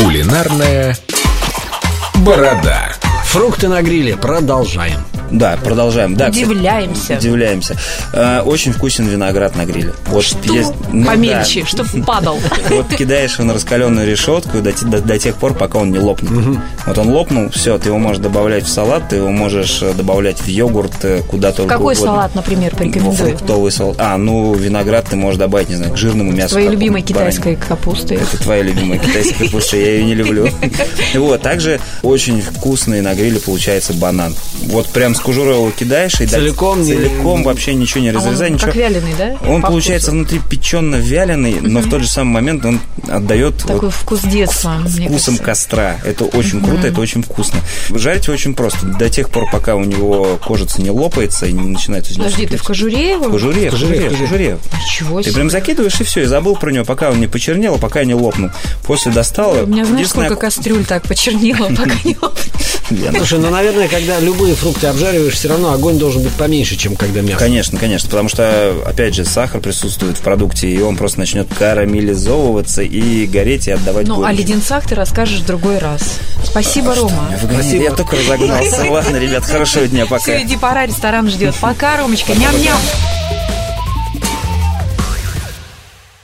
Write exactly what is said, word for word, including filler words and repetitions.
Кулинарная борода. Фрукты на гриле. Продолжаем. Да, продолжаем. Да, Удивляемся. Удивляемся. Э, очень вкусен виноград на гриле. Вот что? Есть, ну, помельче, да. чтобы падал. Вот кидаешь его на раскаленную решетку до, до, до тех пор, пока он не лопнет. Угу. Вот он лопнул, все, ты его можешь добавлять в салат, ты его можешь добавлять в йогурт, куда только Какой угодно. салат, например, порекомендую? Фруктовый салат. А, ну, виноград ты можешь добавить, не знаю, к жирному мясу. Твоей любимой китайской капусты. Это твоя любимая китайская капуста, я ее не люблю. Вот, также очень вкусный на гриле получается банан. Вот прям с кожурой его кидаешь и целиком, целиком вообще ничего не разрезай. А он ничего. как вяленый, да? Он По получается вкусу. внутри печенно-вяленый, но в тот же самый момент он отдает такой вот вкус детства. вкусом костра. Это очень круто, это очень вкусно. Жарить его очень просто. До тех пор, пока у него кожица не лопается и не начинает из него Подожди, сыпать. ты в кожуре его? В кожуре, в кожуре, в кожуре. Ничего себе. Ты прям закидываешь и все, и забыл про него, пока он не почернел, а пока не лопнул. После достал. У меня, знаешь, единственное- сколько кастрюль так почернело, пока не лопнуло. Слушай, ну, наверное, когда любые фрукты обжариваешь, все равно огонь должен быть поменьше, чем когда мясо. Конечно, конечно, потому что, опять же, сахар присутствует в продукте, и он просто начнет карамелизовываться и гореть, и отдавать Ну, о горечь. леденцах ты расскажешь в другой раз. Спасибо, Рома. Вы гоните, я только разогнался. Ладно, ребят, хорошего дня, пока. Все, иди, пора, ресторан ждет. Пока, Ромочка, ням-ням.